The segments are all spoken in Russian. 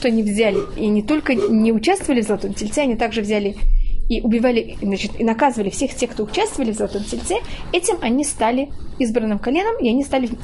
что они взяли и не только не участвовали в Золотом Тельце, они также взяли и убивали, значит, и наказывали всех тех, кто участвовали в Золотом Тельце, этим они стали избранным коленом, и они стали...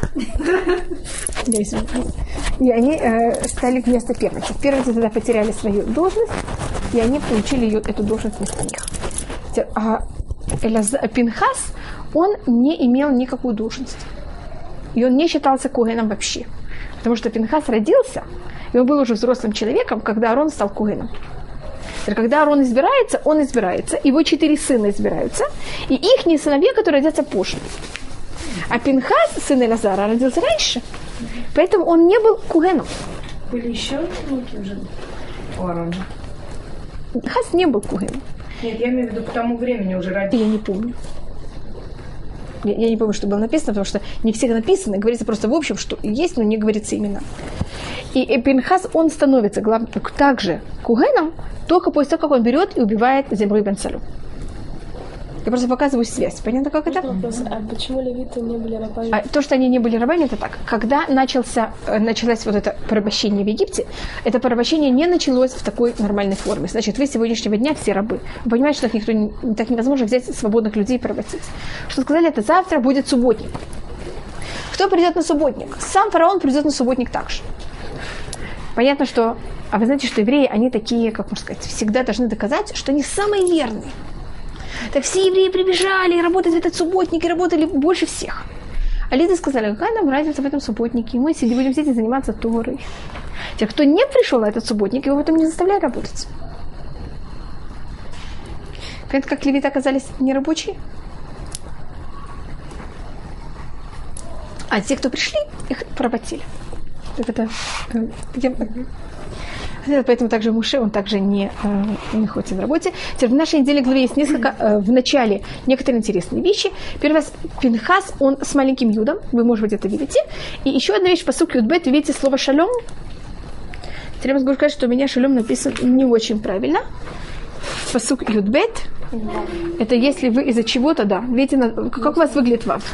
И они стали вместо первенцев. Первенцы тогда потеряли свою должность, и они получили эту должность вместо них. А Пинхас, он не имел никакую должность. И он не считался коэном вообще. Потому что Пинхас родился, и он был уже взрослым человеком, когда Аарон стал коэном. Когда Аарон избирается, его 4 сына избираются, и их сыновья, которые родятся позже. А Пинхас, сын Элазара, родился раньше. Поэтому он не был коэном. Были еще внуки уже у Аарона? Пинхас не был коэном. Нет, я имею в виду, к тому времени уже родился. Я не помню. Я не помню, что было написано, потому что не всех написано, говорится просто в общем, что есть, но не говорится имена. И Пинхас, он становится также коэном, только после того, как он берет и убивает Зимру бен Салу. Я просто показываю связь. Понятно, как это? Вопрос. А почему левиты не были рабами? То, что они не были рабами, это так. Когда началось вот это порабощение в Египте, это порабощение не началось в такой нормальной форме. Значит, вы с сегодняшнего дня все рабы. Вы понимаете, что так невозможно взять свободных людей и поработить. Что сказали, это завтра будет субботник. Кто придет на субботник? Сам фараон придет на субботник также. Понятно, что... А вы знаете, что евреи, они такие, как можно сказать, всегда должны доказать, что они самые верные. Так все евреи прибежали, работать в этот субботник, и работали больше всех. А лиды сказали, какая нам разница в этом субботнике, мы будем сидеть и заниматься Торой. Те, кто не пришел на этот субботник, его потом не заставляют работать. Понятно, как левиты оказались нерабочие? А те, кто пришли, их поработили. Поэтому также Муше, он также не находится на работе. Теперь в нашей недельной главе есть несколько, в начале некоторые интересные вещи. Первый раз Пинхас, он с маленьким Юдом, вы, может быть, это видите. И еще одна вещь, пасук Юдбет, вы видите слово шалом. Теперь я могу сказать, что у меня шалом написан не очень правильно. Пасук Юдбет, это если вы из-за чего-то, да. Видите, как у вас выглядит вав?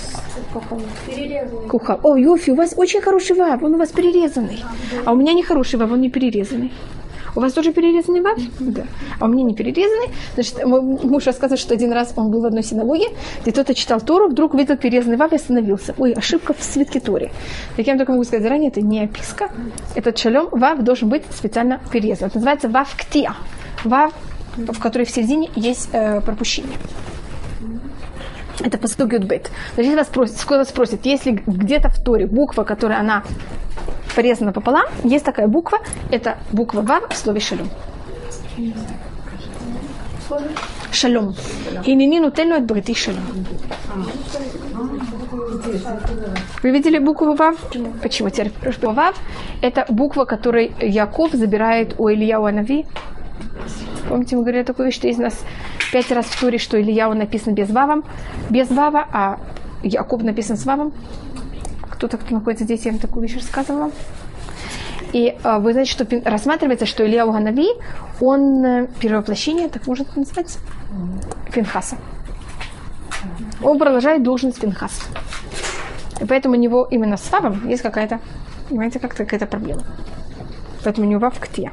Кухал. О, Йофи, у вас очень хороший вав, он у вас перерезанный. А у меня не хороший вав, он не перерезанный. У вас тоже перерезанный вав? Да. А у меня не перерезанный. Значит, мой муж рассказывает, что один раз он был в одной синагоге, где кто-то читал Тору, вдруг увидел перерезанный вав и остановился. Ой, ошибка в свитке Торе. Так я вам только могу сказать заранее, это не описка. Этот шалом вав должен быть специально перерезан. Это называется вав ктия. Вав, в которой в середине есть пропущение. Это пасук Юдбет. Значит, вас спросят, если где-то в Торе буква, которая она порезана пополам, есть такая буква, это буква Вав в слове шалом. Шалом. Хинини нутелю от брити шалом. Вы видели букву Вав? Почему? Теперь Вав – это буква, которой Яков забирает у Ильяу Анави. Помните, мы говорили такую вещь, что есть у нас 5 раз в Торе, что Ильяу написан без Вава, а Яков написан с Вавом. Кто-то, кто находится здесь, я вам такую вещь рассказывала. И вы знаете, что рассматривается, что Ильяу Ханави, он перевоплощение, так можно это назвать, Пинхаса. Он продолжает должность Пинхаса. И поэтому у него именно с Вавом есть какая-то, понимаете, какая-то проблема. Поэтому у него Вав ктия.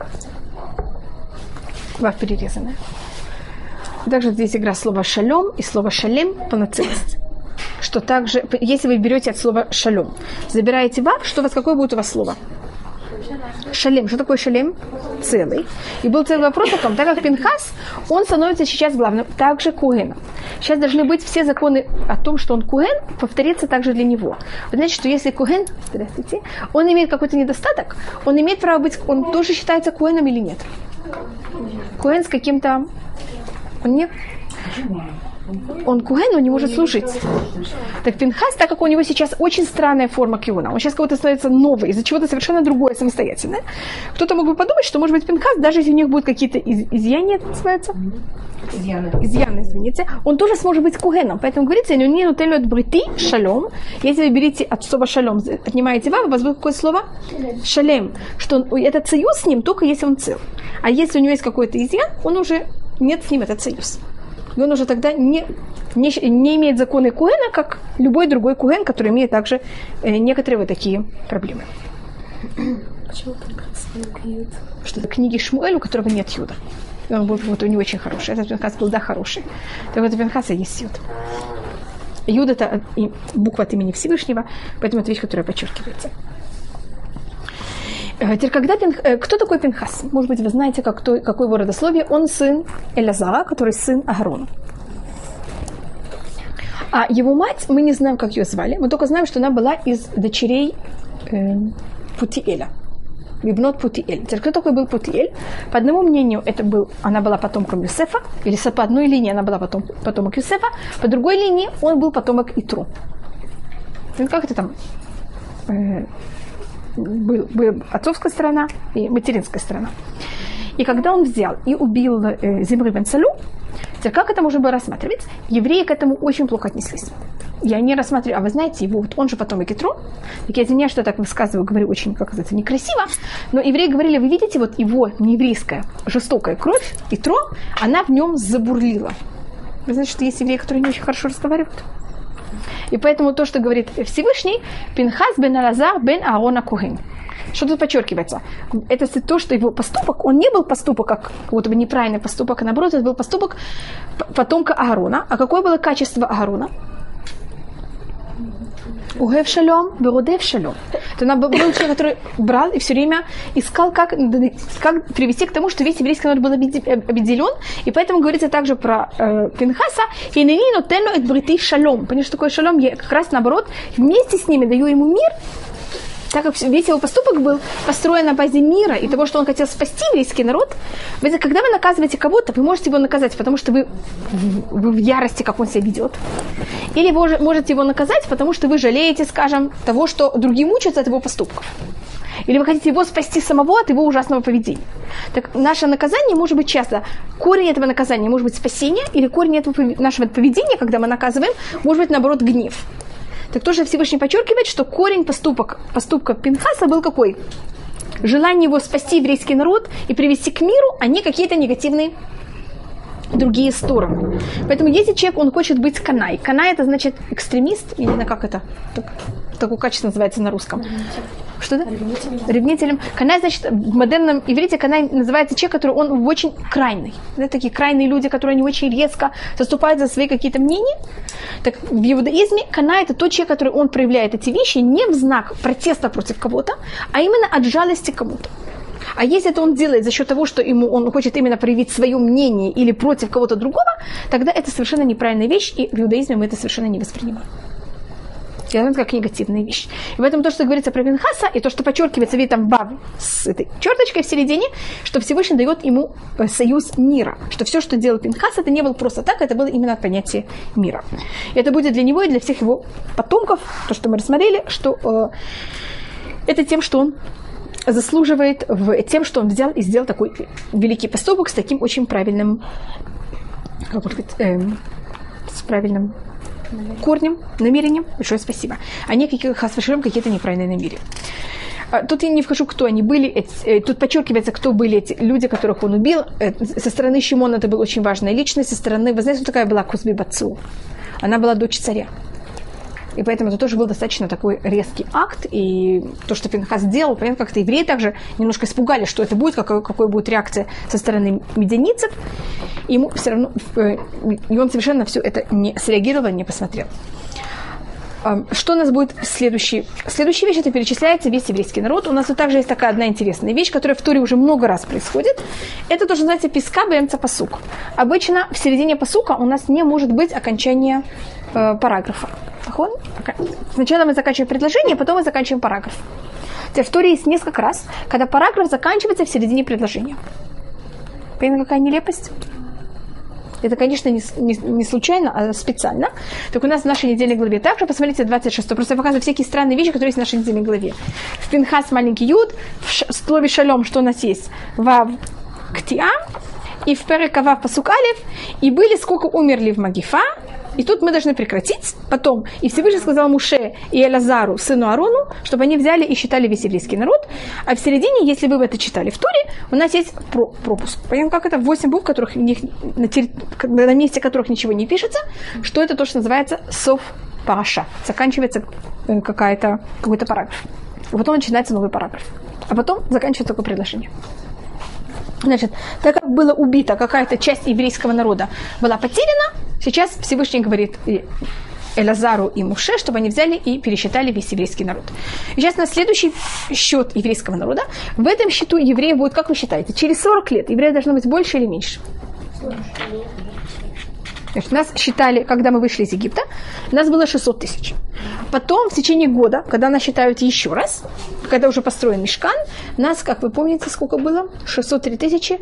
Вав перерезанная. Также здесь игра слова шалом и слова шалем полноценность. Что также, если вы берете от слова шалом, забираете вав, что у вас, какое будет у вас слово? Шалем. Что такое шалем? Целый. И был целый вопрос о том, так как Пинхас, он становится сейчас главным, также коэном. Сейчас должны быть все законы о том, что он коэн, повториться также для него. Вы знаете, что если коэн, здравствуйте, он имеет какой-то недостаток, он имеет право быть, он тоже считается коэном или нет? Коэн с каким-то... Он нет? Он коэн, он не может служить. Так Пинхас, так как у него сейчас очень странная форма киуна, он сейчас кого-то становится новый, из-за чего-то совершенно другое, самостоятельное. Кто-то мог бы подумать, что, может быть, Пинхас, даже если у них будут какие-то изъяния, это называется? Изъяны, извините. Он тоже сможет быть коэном. Поэтому говорится, не нутелю от брити шалом. Если вы берете от слова шалом, отнимаете вав, у вас будет какое слово? Шалем. Что это союз с ним, только если он цел. А если у него есть какой-то изъян, он уже нет с ним этот союз. И он уже тогда не имеет законы коэна, как любой другой коэн, который имеет также некоторые вот такие проблемы. Почему Пинхас маленький Юд? Что это книги Шмуэля, у которого нет Юда. И он был вот, не очень хороший. Этот Пинхас был, да, хороший. Так вот у Пинхаса есть Юд. Юд – это буква от имени Всевышнего, поэтому это вещь, которая подчеркивается. Теперь, кто такой Пинхас? Может быть, вы знаете, какое его родословие. Он сын Элязара, который сын Аарона. А его мать, мы не знаем, как ее звали. Мы только знаем, что она была из дочерей Путиэля. Бибнот Путиэль. Теперь, кто такой был Путиэль? По одному мнению, она была потомком Юсефа, или по одной линии она была потомок Юсефа, по другой линии он был потомок Итру. Как это там? Была отцовская сторона и материнская сторона. И когда он взял и убил Зимри бен Салу, теперь как это можно было рассматривать? Евреи к этому очень плохо отнеслись. Я не рассматриваю, а вы знаете, его, вот он же потомок Итро. Так я извиняюсь, что я так высказываю, говорю очень, как сказать, некрасиво, но евреи говорили, вы видите, вот его нееврейская жестокая кровь, Итро, она в нем забурлила. Вы знаете, что есть евреи, которые не очень хорошо разговаривают? И поэтому то, что говорит Всевышний, Пинхас бен Элазар бен Аарона Коэн. Что тут подчеркивается? Это то, что его поступок, он не был поступок, как вот бы неправильный поступок, а наоборот, это был поступок потомка Аарона. А какое было качество Аарона? Угев шалом, берудев шалом. Это был человек, который брал и все время искал, как привести к тому, что весь еврейский народ был объединен. И поэтому говорится также про Пинхаса. «Хинени нотену эт брити шалом». Понимаете, что такое шалом? Я как раз наоборот вместе с ними даю ему мир, так как весь его поступок был построен на базе мира и того, что он хотел спасти еврейский народ. Когда вы наказываете кого-то, вы можете его наказать, потому что вы в ярости, как он себя ведет. Или вы можете его наказать, потому что вы жалеете, скажем, того, что другие мучаются от его поступков. Или вы хотите его спасти самого от его ужасного поведения. Так наше наказание может быть часто. Корень этого наказания может быть спасение, или корень этого нашего поведения, когда мы наказываем, может быть, наоборот, гнев. Так тоже Всевышний подчеркивает, что корень поступка Пинхаса был какой? Желание его спасти еврейский народ и привести к миру, а не какие-то негативные другие стороны. Поэтому если человек, он хочет быть канай. Канай это значит экстремист, я не знаю, как это такое качество называется на русском. Что это? Ревнителем. Канай, значит, в модерном иврите канай называется человек, который он очень крайний. Это такие крайние люди, которые не очень резко заступают за свои какие-то мнения. Так в иудаизме канай это тот человек, который он проявляет эти вещи не в знак протеста против кого-то, а именно от жалости к кому-то. А если это он делает за счет того, что он хочет именно проявить свое мнение или против кого-то другого, тогда это совершенно неправильная вещь, и в иудаизме мы это совершенно не воспринимаем. Это как негативная вещь. И поэтому то, что говорится про Пинхаса, и то, что подчеркивается видом Бав с этой черточкой в середине, что Всевышний дает ему союз мира. Что все, что делал Пинхас, это не было просто так, это было именно понятие мира. И это будет для него и для всех его потомков, то, что мы рассмотрели, что это тем, что он заслуживает тем, что он взял и сделал такой великий поступок с таким очень правильным, как можно сказать, с правильным корнем, намерением. Большое спасибо. А не какие-то неправильные намерения. Тут я не вхожу, кто они были. Тут подчеркивается, кто были эти люди, которых он убил. Со стороны Шимона это была очень важная личность. Со стороны, вы знаете, кто такая была Кузби Бацу? Она была дочь царя. И поэтому это тоже был достаточно такой резкий акт. И то, что Пинхас сделал, понятно, как-то евреи также немножко испугались, что это будет, какой будет реакция со стороны медианитцев. И ему все равно, и он совершенно все это не среагировал, не посмотрел. Что у нас будет следующий? Следующая вещь, это перечисляется весь еврейский народ. У нас тут также есть такая одна интересная вещь, которая в Торе уже много раз происходит. Это то, что называется писка бэмца пасук. Обычно в середине пасука у нас не может быть окончания параграфа. Сначала мы заканчиваем предложение, потом мы заканчиваем параграф. В Торе есть несколько раз, когда параграф заканчивается в середине предложения. Понятно, какая нелепость? Это, конечно, не случайно, а специально. Так у нас в нашей недельной главе также, посмотрите, 26. Просто я показываю всякие странные вещи, которые есть в нашей недельной главе. В Пинхас маленький Юд, в слове шалом, что у нас есть? Вав ктиа, и в перек Вав пасук алев, и были сколько умерли в Магифа. И тут мы должны прекратить. Потом, и Всевышний сказал Муше и Элазару, сыну Аарону, чтобы они взяли и считали весь еврейский народ. А в середине, если вы это читали в Торе, у нас есть пропуск. Понятно, как это? 8 букв, которых на месте которых ничего не пишется, что это то, что называется сов параша. Заканчивается какой-то параграф. И потом начинается новый параграф. А потом заканчивается такое предложение. Значит, так как была убита какая-то часть еврейского народа, была потеряна, сейчас Всевышний говорит Элазару и Муше, чтобы они взяли и пересчитали весь еврейский народ. И сейчас на следующий счет еврейского народа. В этом счету евреев будет, как вы считаете, через 40 лет евреев должно быть больше или меньше? Значит, нас считали, когда мы вышли из Египта, нас было 600 тысяч. Потом, в течение года, когда нас считают еще раз, когда уже построен Мишкан, нас, как вы помните, сколько было? 603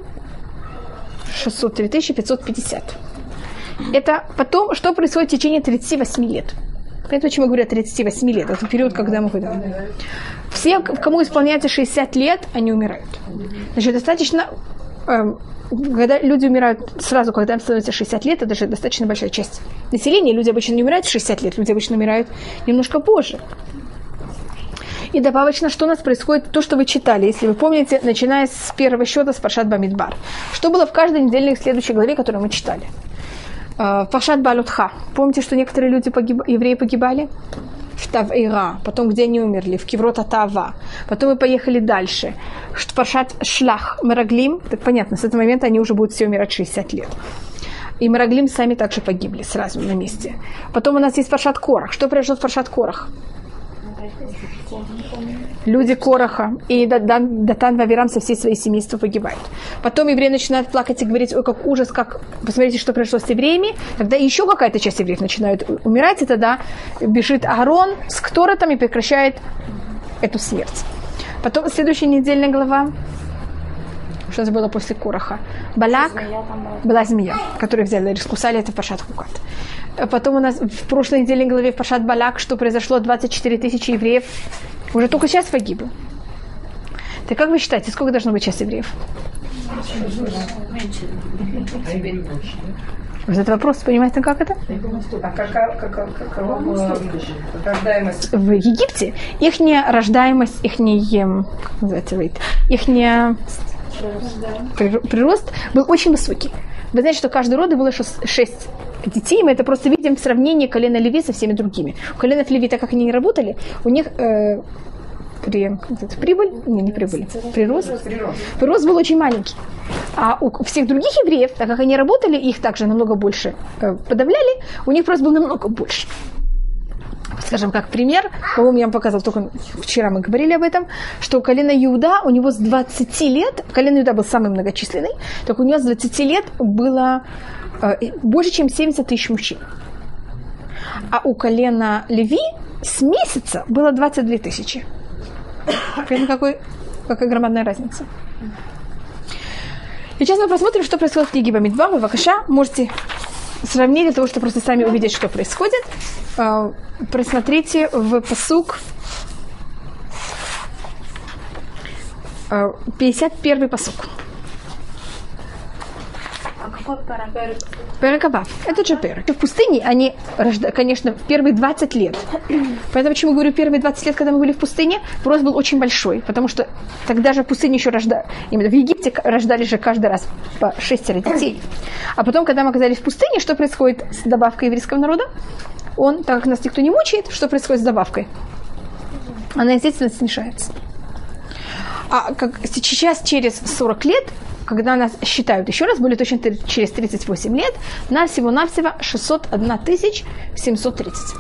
550. Это потом, что происходит в течение 38 лет. Понимаете, почему я говорю 38 лет? Это период, когда мы выдаем. Все, кому исполняется 60 лет, они умирают. Значит, достаточно... Когда люди умирают сразу, когда им становится 60 лет, это же достаточно большая часть населения. Люди обычно не умирают в 60 лет, люди обычно умирают немножко позже. И добавочно, что у нас происходит, то, что вы читали, если вы помните, начиная с первого счета, с Паршат Бамидбар. Что было в каждой недельной следующей главе, которую мы читали? Паршат Балутха. Помните, что некоторые люди, евреи погибали? В Тав-Эйра, потом где они умерли, в Киврот-Атава. Потом мы поехали дальше. Паршат Шлах, Мераглим. Так понятно, с этого момента они уже будут все умирать 60 лет. И Мераглим сами также погибли сразу на месте. Потом у нас есть Паршат Корах. Что произошло в Паршат Корах? Люди Кораха и Датан Вавирам со всей своей семейства погибают. Потом евреи начинают плакать и говорить: ой, как ужас, как... Посмотрите, что произошло с евреями. Тогда еще какая-то часть евреев начинает умирать, и тогда бежит Аарон с Кторотом и прекращает эту смерть. Потом следующая недельная глава. Что это было после Кораха? Балак, была змея, которую взяли, раскусали, это в Паршат Хукат. Потом у нас в прошлой недельной главе в Паршат Балак, что произошло, 24 тысячи евреев уже только сейчас погибло. Так как вы считаете, сколько должно быть сейчас евреев? Вот этот вопрос, понимаете, как это? А какова была рождаемость? В Египте ихняя рождаемость, как называется, ихняя прирост был очень высокий. Вы знаете, что каждый роду было 6 детей. Мы это просто видим в сравнении колена Леви со всеми другими. У коленов Леви, так как они не работали, у них прирост был очень маленький. А у всех других евреев, так как они работали, их также намного больше подавляли, у них прирост был намного больше. Скажем, как пример, по-моему, я вам показывала, только вчера мы говорили об этом, что у колена Иуда, у него с 20 лет, колено Иуда был самый многочисленный, так у него с 20 лет было больше, чем 70 тысяч мужчин. А у колена Леви с месяца было 22 тысячи. Понятно, какая громадная разница. И сейчас мы посмотрим, что происходит в книге Бамидбар. Вакаша, можете сравнить для того, чтобы просто сами увидеть, что происходит. Просмотрите в пасук 51-й пасук. А какой параграф? Перекабав. Это же перек. В пустыне они, конечно, первые 20 лет. Поэтому, почему говорю первые 20 лет, когда мы были в пустыне, рост был очень большой. Потому что тогда же в пустыне еще именно в Египте рождали же каждый раз по 6 детей. А потом, когда мы оказались в пустыне, что происходит с добавкой еврейского народа? Так как нас никто не мучает, что происходит с добавкой? Она, естественно, снижается. А сейчас, через 40 лет, когда нас считают еще раз, более точно через 38 лет, нас всего-навсего 601 730.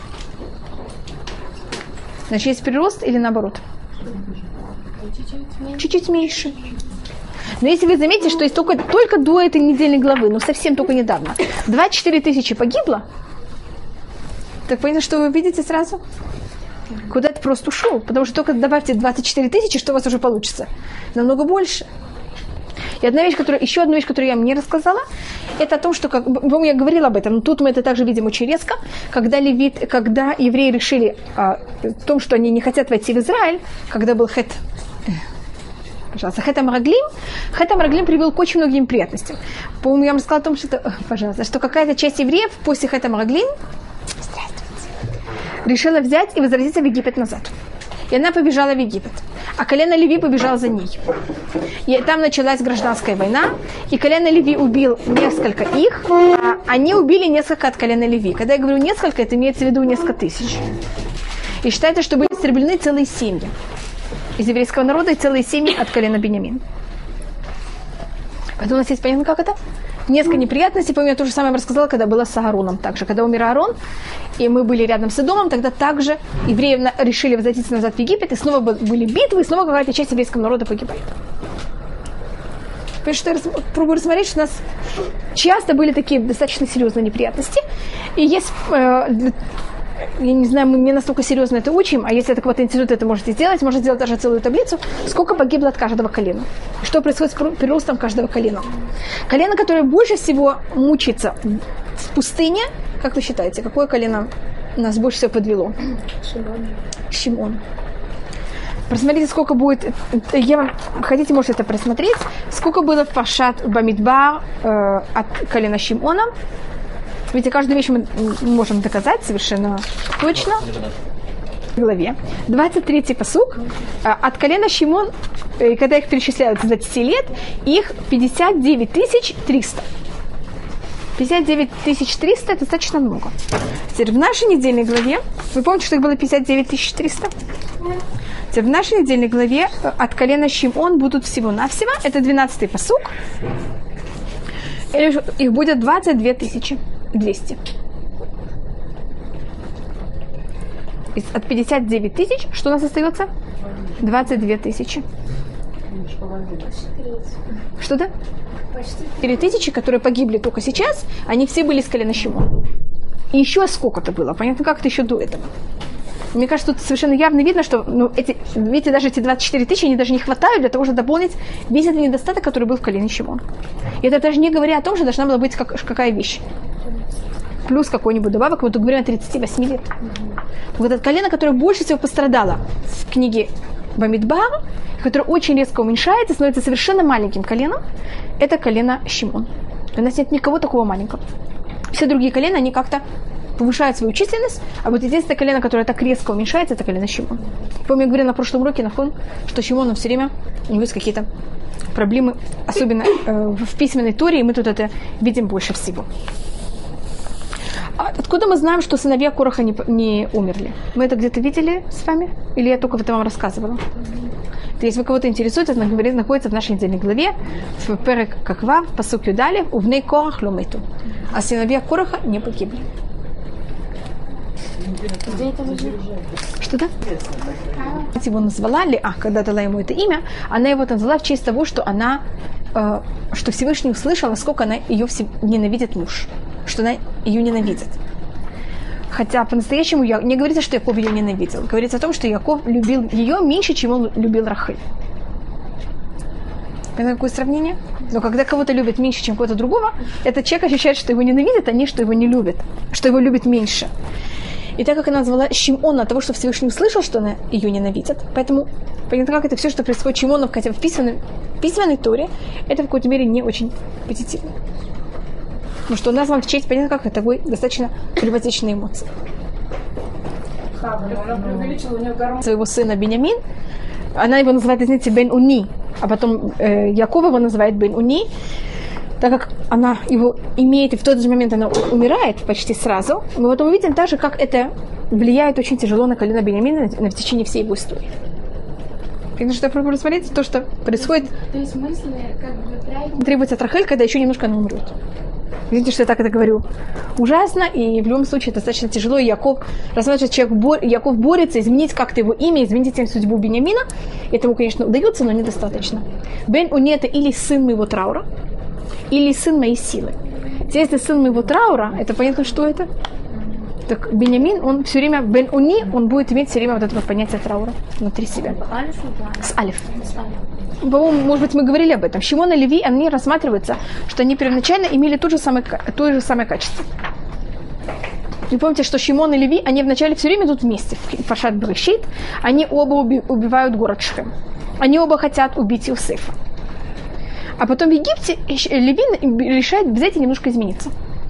Значит, есть прирост или наоборот? Чуть-чуть меньше. Но если вы заметите, что есть только до этой недельной главы, совсем только недавно, 24 тысячи погибло, так понятно, что вы видите сразу? Куда это просто ушел? Потому что только добавьте 24 тысячи, что у вас уже получится? Намного больше. И еще одна вещь, которую я вам не рассказала, это о том, что, помню, я говорила об этом, но тут мы это также видим очень резко, когда евреи решили о том, что они не хотят войти в Израиль, когда был Хет Амраглим привел к очень многим неприятностям. По-моему, я вам рассказала о том, что какая-то часть евреев после Хет Амраглим решила взять и возвратиться в Египет назад. И она побежала в Египет. А колено Леви побежало за ней. И там началась гражданская война. И колено Леви убил несколько их, а они убили несколько от колена Леви. Когда я говорю несколько, это имеется в виду несколько тысяч. И считается, что были истреблены целые семьи. из еврейского народа и целые семьи от колена Биньямин. Поэтому у нас есть понятно, как это? Несколько неприятностей. Помню, я то же самое рассказала, когда была с Аароном. Также, когда умер Аарон, и мы были рядом с Эдомом, тогда также евреи решили возвратиться назад в Египет, и снова были битвы, и снова какая-то часть еврейского народа погибает. Потому что я пробую рассмотреть, что у нас часто были такие достаточно серьезные неприятности. И есть, я не знаю, мы не настолько серьезно это учим, а если это кого-то интересует, это можете сделать. Можно сделать даже целую таблицу, сколько погибло от каждого колена. Что происходит с приростом каждого колена. Колено, которое больше всего мучается в пустыне, как вы считаете, какое колено нас больше всего подвело? Шимон. Просмотрите, сколько будет, хотите, можете это просмотреть, сколько было в Пашат Бамидбар от колена Шимона. Видите, каждую вещь мы можем доказать совершенно точно. В главе. 23-й пасук. От колена Шимон, когда их перечисляют с 20 лет, их 59 300. 59 300 это достаточно много. Теперь в нашей недельной главе, вы помните, что их было 59 300? Теперь в нашей недельной главе от колена Шимон будут всего-навсего, это 12-й пасук, их будет 22 200. От 59 тысяч, что у нас остается? 22 тысячи. Что-то? 4 тысячи, которые погибли только сейчас, они все были с колена Шимона. И еще сколько-то было. Понятно, как это еще до этого. Мне кажется, тут совершенно явно видно, что видите, даже эти 24 тысячи, они даже не хватают для того, чтобы дополнить весь этот недостаток, который был в колене Шимона. И это даже не говоря о том, что должна была быть какая вещь. Плюс какой-нибудь добавок, мы тут говорим о 38 лет. Вот это колено, которое больше всего пострадало в книге Бамидбар, которое очень резко уменьшается, становится совершенно маленьким коленом, это колено Шимон. У нас нет никого такого маленького. Все другие колена, они как-то повышают свою численность, а вот единственное колено, которое так резко уменьшается, это колено Шимон. Помню, я говорила на прошлом уроке, что Шимон все время, у него есть какие-то проблемы, особенно в письменной Торе, и мы тут это видим больше всего. Откуда мы знаем, что сыновья Кораха не умерли? Мы это где-то видели с вами? Или я только это вам рассказывала? Если вы кого-то интересует, это находится в нашей недельной главе, в Перек Каква, пасук Юдали, увней Корах ломиту. А сыновья Кораха не погибли. Что-то? Его назвала Леа, когда дала ему это имя, она его назвала в честь того, что что Всевышний услышал, насколько ее ненавидит муж, что она ее ненавидит. Хотя по-настоящему не говорится, что Яков ее ненавидел. Говорится о том, что Яков любил ее меньше, чем он любил Рахель. Понимаете, какое сравнение? Но когда кого-то любят меньше, чем кого-то другого, этот человек ощущает, что его ненавидит, а не что его не любит, что его любит меньше. И так как она назвала Шимона от того, что Всевышний услышал, что она ее ненавидит, поэтому, понятно, как это все, что происходит Шимоном, хотя в письменной Торе, это в какой-то мере не очень позитивно. Потому что он назван в честь, понятно, как это такой достаточно превосходящей эмоции. Своего сына Биньямин, она его называет, извините, Бен-Уни, а потом Яков его называет Бен-Уни, так как она его имеет, и в тот же момент она умирает почти сразу, мы потом увидим также, как это влияет очень тяжело на колено Биньямина в течение всей его истории. Потому что я пробую рассмотреть то, что происходит, то есть мысли, как бы, требуется от Рахель, когда еще немножко она умрет. Видите, что я так это говорю? Ужасно, и в любом случае это достаточно тяжело, и Яков рассматривает, что Яков борется изменить как-то его имя, изменить тем судьбу Биньямина. Этому, конечно, удается, но недостаточно. Бен-Уни это или сын моего траура, или сын моей силы. Если сын моего траура, это понятно, что это? Так Биньямин, он все время, Бен-Уни, он будет иметь все время вот это понятие траура внутри себя. С Алиф. По-моему, может быть, мы говорили об этом. Шимон и Леви, они рассматриваются, что они первоначально имели то же самое качество. Вы помните, что Шимон и Леви, они вначале все время идут вместе. В Пашат Брешит, они оба убивают город Шхем. Они оба хотят убить Иосифа. А потом в Египте Леви решает взять и немножко измениться.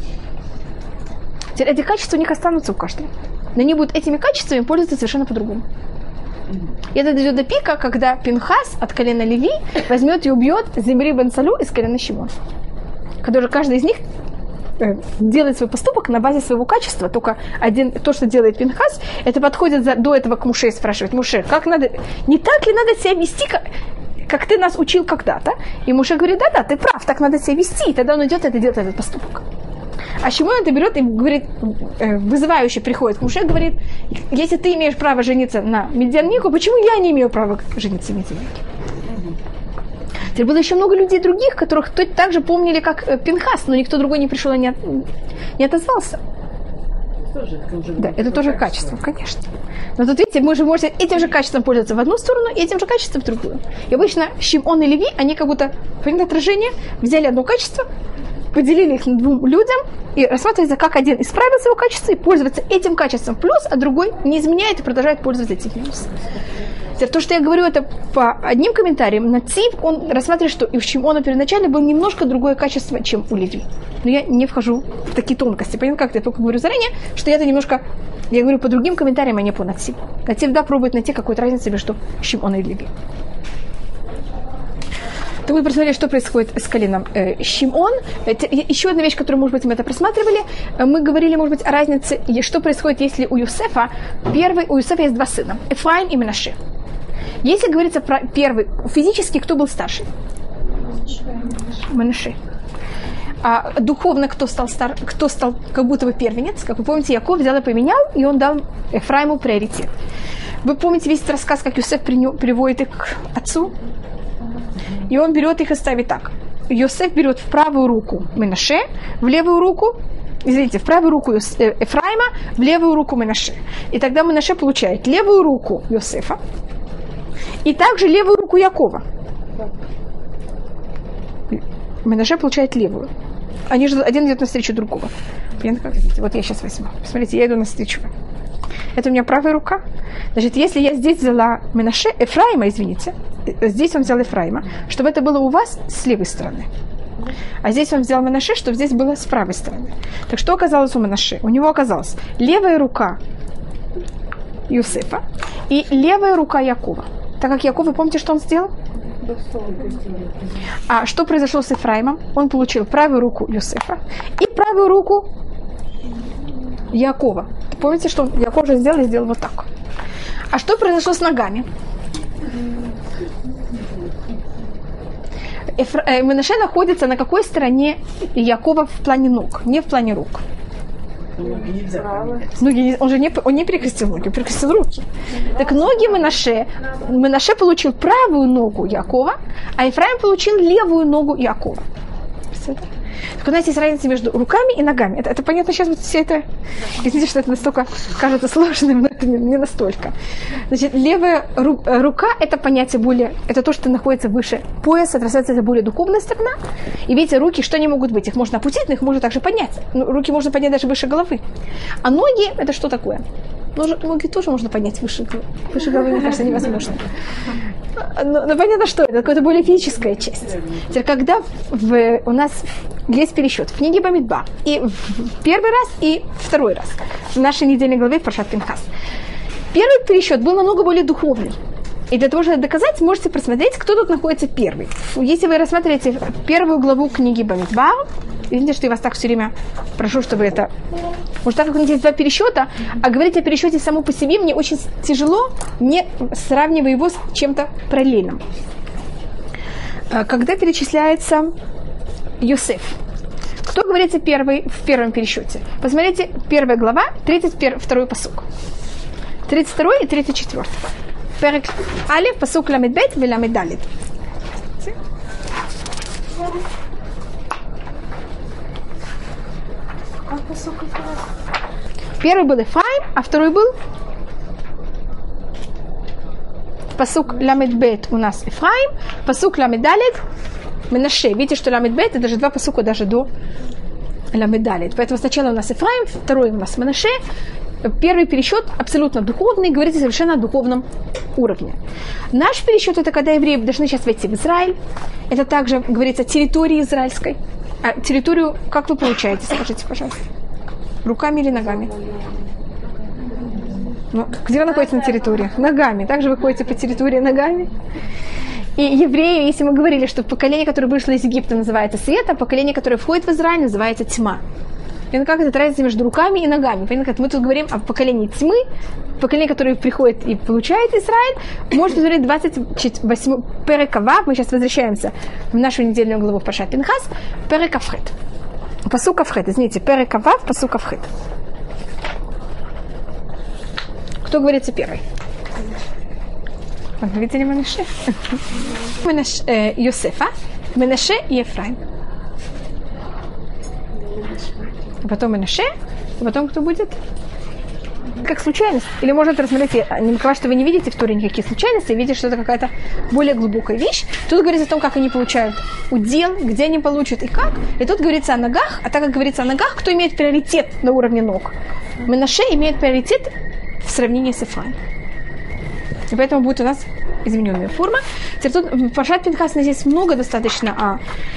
Эти качества у них останутся у каждого. Но они будут этими качествами пользоваться совершенно по-другому. И это дойдет до пика, когда Пинхас от колена Леви возьмет и убьет Зимри бен Салу из колена Шимона. Который каждый из них делает свой поступок на базе своего качества. Только то, что делает Пинхас, это подходит до этого к Муше и спрашивает: Муше, как надо, не так ли надо себя вести, как ты нас учил когда-то? И Муше говорит: да, ты прав, так надо себя вести. И тогда он идет и делает этот поступок. А Шимон это берет и говорит, вызывающе приходит к Муше и говорит: если ты имеешь право жениться на медианнику, почему я не имею права жениться на медианнике? Теперь было еще много людей других, которых также помнили, как Пинхас, но никто другой не пришел и не отозвался. Да, это тоже качество, конечно. Но тут, видите, мы же можем этим же качеством пользоваться в одну сторону и этим же качеством в другую. И обычно Шимон и Леви, они как будто, по отражение, взяли одно качество, поделили их на двум людям и рассматривается, как один исправил свое качество и пользуется этим качеством плюс, а другой не изменяет и продолжает пользоваться этим минусом. То, что я говорю, это по одним комментариям. Нацив, он рассматривает, что и у Шимона первоначально было немножко другое качество, чем у Леви. Но я не вхожу в такие тонкости. Понятно, как я только говорю заранее, что я это немножко, я говорю по другим комментариям, а не по Нациву. Нацив, да, пробует найти какую-то разницу между Шимоном и Леви. То мы посмотрели, что происходит с коленом Шимон. Еще одна вещь, которую, может быть, мы это просматривали. Мы говорили, может быть, о разнице, что происходит, если у Юсефа есть два сына, Эфраим и Менаше. Если говорится про первый, физически кто был старше? Менаше. А духовно кто стал как будто бы первенец? Как вы помните, Яков взял и поменял, и он дал Эфраиму приоритет. Вы помните весь этот рассказ, как Юсеф приводит их к отцу? И он берет их и ставит так. Йосеф берет в правую руку Менаше, в левую руку, в правую руку Эфраима, в левую руку Менаше. И тогда Менаше получает левую руку Йосефа и также левую руку Якова. Менаше получает левую. Один идет навстречу другого. Вот я сейчас возьму. Посмотрите, я иду навстречу. Это у меня правая рука. Значит, если я здесь взяла Эфраима, извините, здесь он взял Эфраима, чтобы это было у вас с левой стороны. А здесь он взял Менаше, чтобы здесь было с правой стороны. Так что оказалось у Менаше? У него оказалась левая рука Юсефа и левая рука Якова. Так как Яков, вы помните, что он сделал? А что произошло с Эфраимом? Он получил правую руку Юсефа и правую руку Якова. Помните, что Яков же сделал вот так. А что произошло с ногами? Менаше находится на какой стороне Якова в плане ног, не в плане рук? Ноги он не перекрестил ноги, он перекрестил руки. Так ноги Менаше получил правую ногу Якова, а Эфраим получил левую ногу Якова. Так у нас есть разница между руками и ногами. Это понятно сейчас вот все это. Извините, что это настолько кажется сложным, но это не настолько. Значит, левая рука – это понятие более, это то, что находится выше пояса, это более духовная сторона. И видите, руки, что они могут быть? Их можно опустить, но их можно также поднять. Руки можно поднять даже выше головы. А ноги – это что такое? Ноги тоже можно поднять выше головы, мне кажется, невозможно. Но понятно, что это какая-то более физическая часть. Теперь, когда у нас есть пересчет в книге Бамидбар, и в первый раз, и второй раз, в нашей недельной главе в Паршат Пинхас. Первый пересчет был намного более духовный. И для того, чтобы доказать, можете просмотреть, кто тут находится первый. Если вы рассматриваете первую главу книги Бамидбар, видите, что я вас так все время прошу, чтобы это... Может, так как у нас есть два пересчета, а говорить о пересчете само по себе мне очень тяжело, не сравнивая его с чем-то параллельным. Когда перечисляется Йосеф, кто говорится первый в первом пересчете? Посмотрите, первая глава, 32 пасук. 32 и 34. Перек Алеф, пасук ламед бет и ламед далет. Первый был Эфраим, а второй был пасук ламед бет у нас Эфраим, пасук ламед далет Менаше. Видите, что ламед бет, это даже два пасука даже до ламед далет. Поэтому сначала у нас Эфраим, второй у нас Менаше. Первый пересчет абсолютно духовный, говорится совершенно о духовном уровне. Наш пересчет – это когда евреи должны сейчас войти в Израиль. Это также говорится о территории израильской. А территорию как вы получаете, скажите, пожалуйста? Руками или ногами? Ну, где вы находитесь на территории? Ногами. Также вы ходите по территории ногами. И евреи, если мы говорили, что поколение, которое вышло из Египта, называется свет, а поколение, которое входит в Израиль, называется тьма. И как это разница между руками и ногами? Понятно, мы тут говорим о поколении тьмы, поколение, которое приходит и получает Израиль, может говорить 28 перекава. Мы сейчас возвращаемся в нашу недельную главу в Паршат Пинхас. Перекавхет. Пасук Авхет, извините, перекава, пасук Авхет. Кто говорится первый? Вы видели Менаше? Йосефа, Менаше и Ефраим. Потом Менаше, и потом кто будет? Как случайность. Или можно это рассмотреть, не кажется, что вы не видите в Торе никакие случайности, видите, что это какая-то более глубокая вещь. Тут говорится о том, как они получают удел, где они получат и как. И тут говорится о ногах, а так как говорится о ногах, кто имеет приоритет на уровне ног? Менаше имеет приоритет в сравнении с Ефраимом. И поэтому будет у нас измененная форма. Теперь тут в Паршат Пинхас здесь много достаточно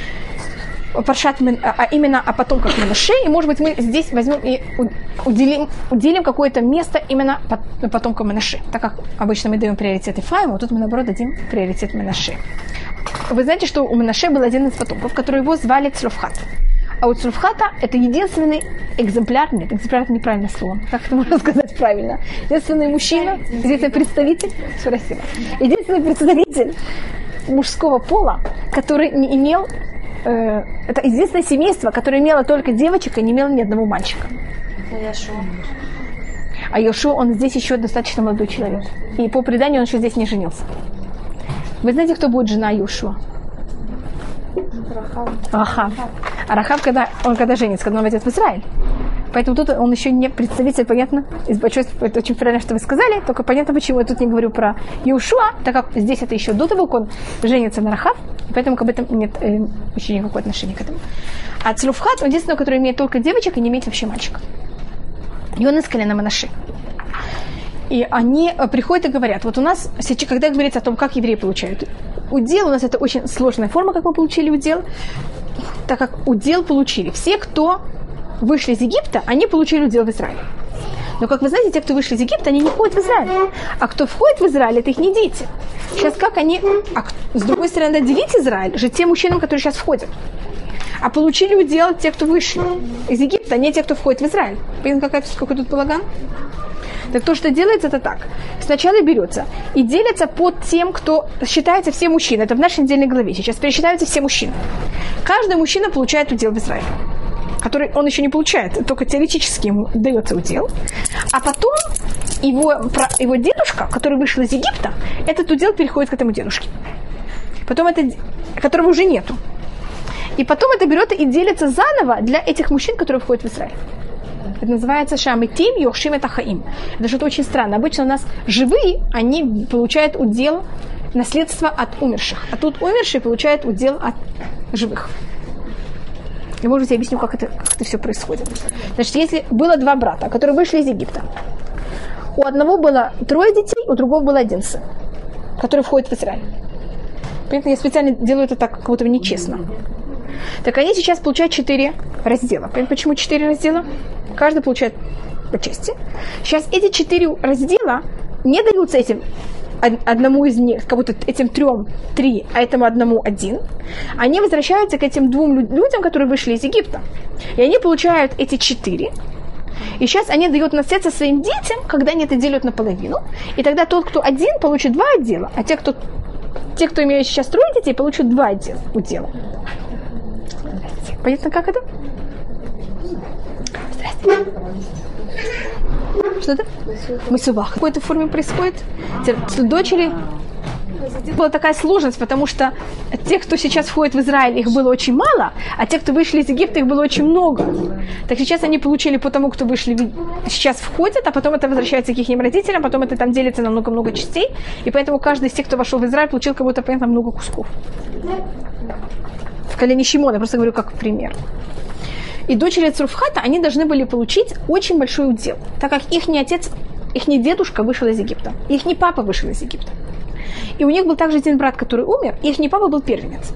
именно о потомках Менаше, и, может быть, мы здесь возьмем и уделим какое-то место именно потомкам Менаше, так как обычно мы даем приоритет Ефраиму, а тут мы, наоборот, дадим приоритет Менаше. Вы знаете, что у Менаше был один из потомков, который его звали Цлофхат. А у Цлофхата это единственный экземпляр, нет, экземпляр это неправильное слово, как это можно сказать правильно, единственный мужчина, единственный представитель, спасибо, единственный представитель мужского пола, который не имел, это единственное семейство, которое имело только девочек и не имело ни одного мальчика. А Йошуа, он здесь еще достаточно молодой человек. И по преданию он еще здесь не женился. Вы знаете, кто будет жена Йошуа? Рахав. А Рахав, когда женится, когда он войдет в Израиль. Поэтому тут он еще не представитель, понятно? Это очень правильно, что вы сказали, только понятно, почему я тут не говорю про Йошуа, так как здесь это еще до того, как он женится на Рахав, поэтому об этом нет еще никакого отношения к этому. А Цлофхат, он единственный, который имеет только девочек и не имеет вообще мальчика. И он из колена Менаше. И они приходят и говорят, вот у нас, когда говорится о том, как евреи получают удел, у нас это очень сложная форма, как мы получили удел, так как удел получили все, кто вышли из Египта, они получили удел в Израиле. Но, как вы знаете, те, кто вышли из Египта, они не входят в Израиль. А кто входит в Израиль, это их не дети. Сейчас как они... с другой стороны, надо делить Израиль же тем мужчинам, которые сейчас входят. А получили удел те, кто вышли из Египта, а не те, кто входит в Израиль. Понимаете, какой тут балаган? Так то, что делается, это так. Сначала берется и делится под тем, кто считается все мужчины. Это в нашей недельной главе. Сейчас пересчитаются все мужчины. Каждый мужчина получает удел в Израиле, который он еще не получает, только теоретически ему дается удел. А потом его дедушка, который вышел из Египта, этот удел переходит к этому дедушке. Потом которого уже нету. И потом это берет и делится заново для этих мужчин, которые входят в Израиль. Это называется шамитим йошим это хаим. Это что-то очень странно. Обычно у нас живые, они получают удел наследства от умерших. А тут умершие получают удел от живых. И, может быть, я объясню, как это все происходит. Значит, если было два брата, которые вышли из Египта, у одного было 3 детей, у другого был 1 сын, который входит в Израиль. Понятно, я специально делаю это так, как будто бы нечестно. Так они сейчас получают 4 раздела. Понятно, почему 4 раздела? Каждый получает по части. Сейчас эти 4 раздела не даются одному из них, как будто этим 3, а этому одному 1. Они возвращаются к этим 2 людям, которые вышли из Египта. И они получают эти 4. И сейчас они дают наследство своим детям, когда они это делят наполовину. И тогда тот, кто 1, получит 2 отдела, а те, кто имеют сейчас 3 детей, получат 2 удела. Понятно, как это? Здравствуйте. Что это? Мысувах. В какой-то форме происходит. Дочери была такая сложность, потому что тех, кто сейчас входит в Израиль, их было очень мало, а тех, кто вышли из Египта, их было очень много. Так сейчас они получили по тому, кто вышли, сейчас входят, а потом это возвращается к их родителям, потом это там делится на много-много частей, и поэтому каждый из тех, кто вошел в Израиль, получил как будто, понятно, много кусков. В колене Шимона, я просто говорю как пример. И дочери Цлофхата, они должны были получить очень большой удел, так как их отец, их дедушка вышел из Египта, их папа вышел из Египта. И у них был также один брат, который умер, и их папа был первенец.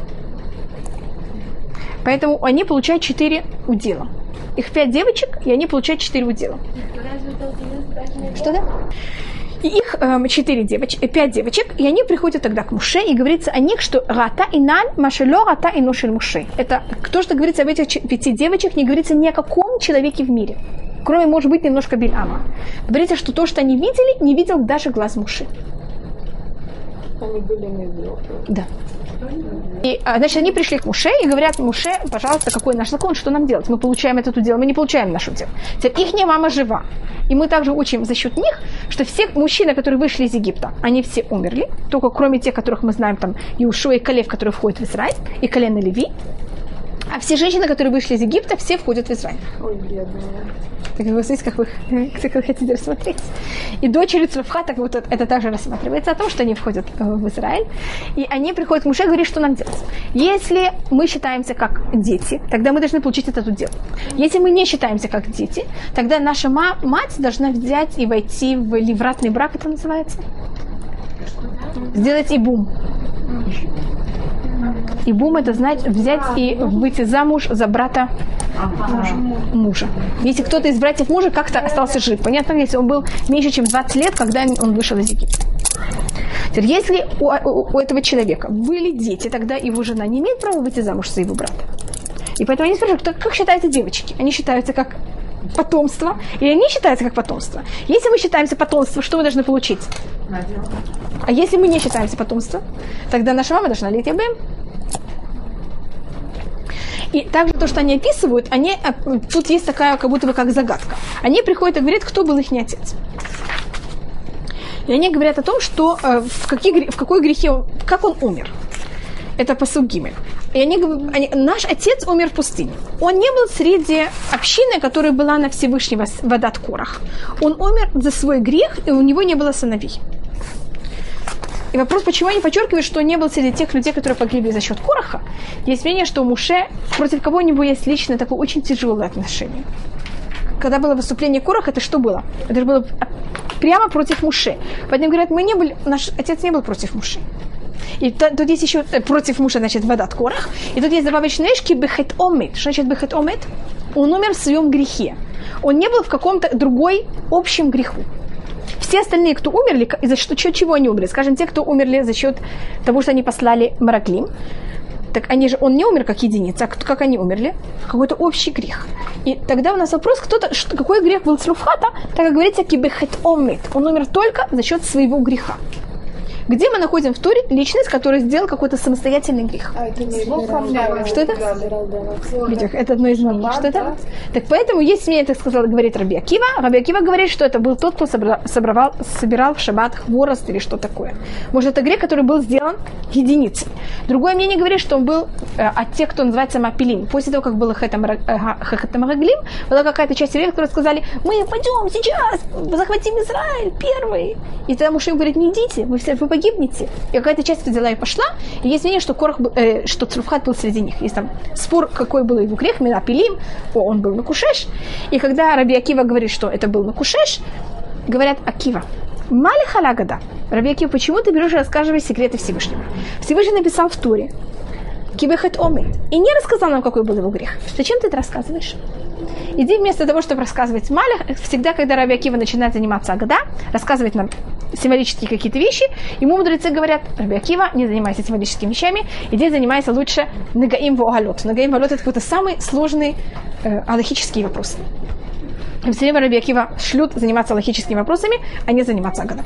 Поэтому они получают 4 удела. Их 5 девочек, и они получают 4 удела. Что да? И их 5 девочек, и они приходят тогда к Муше, и говорится о них, что рата и наль машело рата и ношель Муше. Это то, что говорится об этих 5 девочек, не говорится ни о каком человеке в мире, кроме, может быть, немножко Бильама. Говорится, что то, что они видели, не видел даже глаз Муше. Они были медленно. Да. И, значит, они пришли к Муше и говорят: Муше, пожалуйста, какой наш закон, что нам делать? Мы получаем это дело, мы не получаем нашу дело. Теперь ихняя мама жива. И мы также учим за счет них, что все мужчины, которые вышли из Египта, они все умерли, только кроме тех, которых мы знаем, там, Иушуа и Калев, которые входят в Израиль, и колено Леви. А все женщины, которые вышли из Египта, все входят в Израиль. Ой, бедные. Так вы смотрите, как вы хотите рассмотреть. И дочери Цлофхата, вот это также рассматривается о том, что они входят в Израиль. И они приходят к Муше и говорят, что нам делать. Если мы считаемся как дети, тогда мы должны получить это дело. Если мы не считаемся как дети, тогда наша мать должна взять и войти в ливратный брак, это называется. Сделать ибум. Ибум — это значит взять и выйти замуж за брата мужа. Если кто-то из братьев мужа как-то остался жив. Понятно, если он был меньше, чем 20 лет, когда он вышел из Египта. Теперь, если у этого человека были дети, тогда его жена не имеет права выйти замуж за его брата. И поэтому они спрашивают, как считаются девочки? Они считаются как потомство, или они считаются как потомство? Если мы считаемся потомством, что мы должны получить? А если мы не считаемся потомством, тогда наша мама должна лить ябем. И также то, что они описывают, тут есть такая, как будто бы как загадка. Они приходят и говорят, кто был их отец. И они говорят о том, что в какой грехе как он умер. Это пасук Гимель. И наш отец умер в пустыне. Он не был среди общины, которая была на Всевышнего Вадат Корах. Он умер за свой грех, и у него не было сыновей. И вопрос, почему они подчеркивают, что он не был среди тех людей, которые погибли за счет Кораха. Есть мнение, что у Муше против кого у него есть личное такое очень тяжелое отношение. Когда было выступление Кораха, это что было? Это же было прямо против Муше. Поэтому говорят, наш отец не был против Муше. И тут есть еще против Муша, значит, Вадат Корах. И тут есть добавочные вещи бехет омет. Что значит бехет омет? Он умер в своем грехе. Он не был в каком-то другой общем греху. Все остальные, кто умерли, из-за счет чего они умерли? Скажем, те, кто умерли за счет того, что они послали Мараклим, так он не умер как единица, а как они умерли? Какой-то общий грех. И тогда у нас вопрос, какой грех был Цлофхата, так как говорится, кибехет омет. Он умер только за счет своего греха. Где мы находим в Торе личность, которая сделала какой-то самостоятельный грех? Что это? Видите, это одно из многих. Что это? Так поэтому, если мне это сказал, говорит Раби Акива, Раби Акива говорит, что это был тот, кто собирал в шаббат хворост или что такое. Может, это грех, который был сделан единицей. Другое мнение говорит, что он был от тех, кто называется Мапилим. После того, как было Хатамараглим, была какая-то часть евреев, которые сказали, мы пойдем сейчас, захватим Израиль первый. И тогда Муше говорит, не идите, вы погибнете. И какая-то часть взяла и пошла. И есть мнение, что что Цлофхат был среди них. Есть там спор, какой был его грех, Мапилим, он был Накушеш. И когда Раби Акива говорит, что это был Накушеш, говорят, Акива, мали халагада. Раби Акива, почему ты берешь и рассказываешь секреты Всевышнего? Всевышний написал в Торе, кибехет омет, и не рассказал нам, какой был его грех. Зачем ты это рассказываешь? Иди вместо того, чтобы рассказывать Малих, всегда, когда Раби Акива начинает заниматься Агада, рассказывать нам символические какие-то вещи, ему мудрецы говорят, Раби Акива, не занимайся символическими вещами, иди занимайся лучше Нагаим Ваалот. Нагаим Ваалот — это какой-то самый сложный алахический вопрос. И все время Раби Акива шлют заниматься алахическими вопросами, а не заниматься Агадом.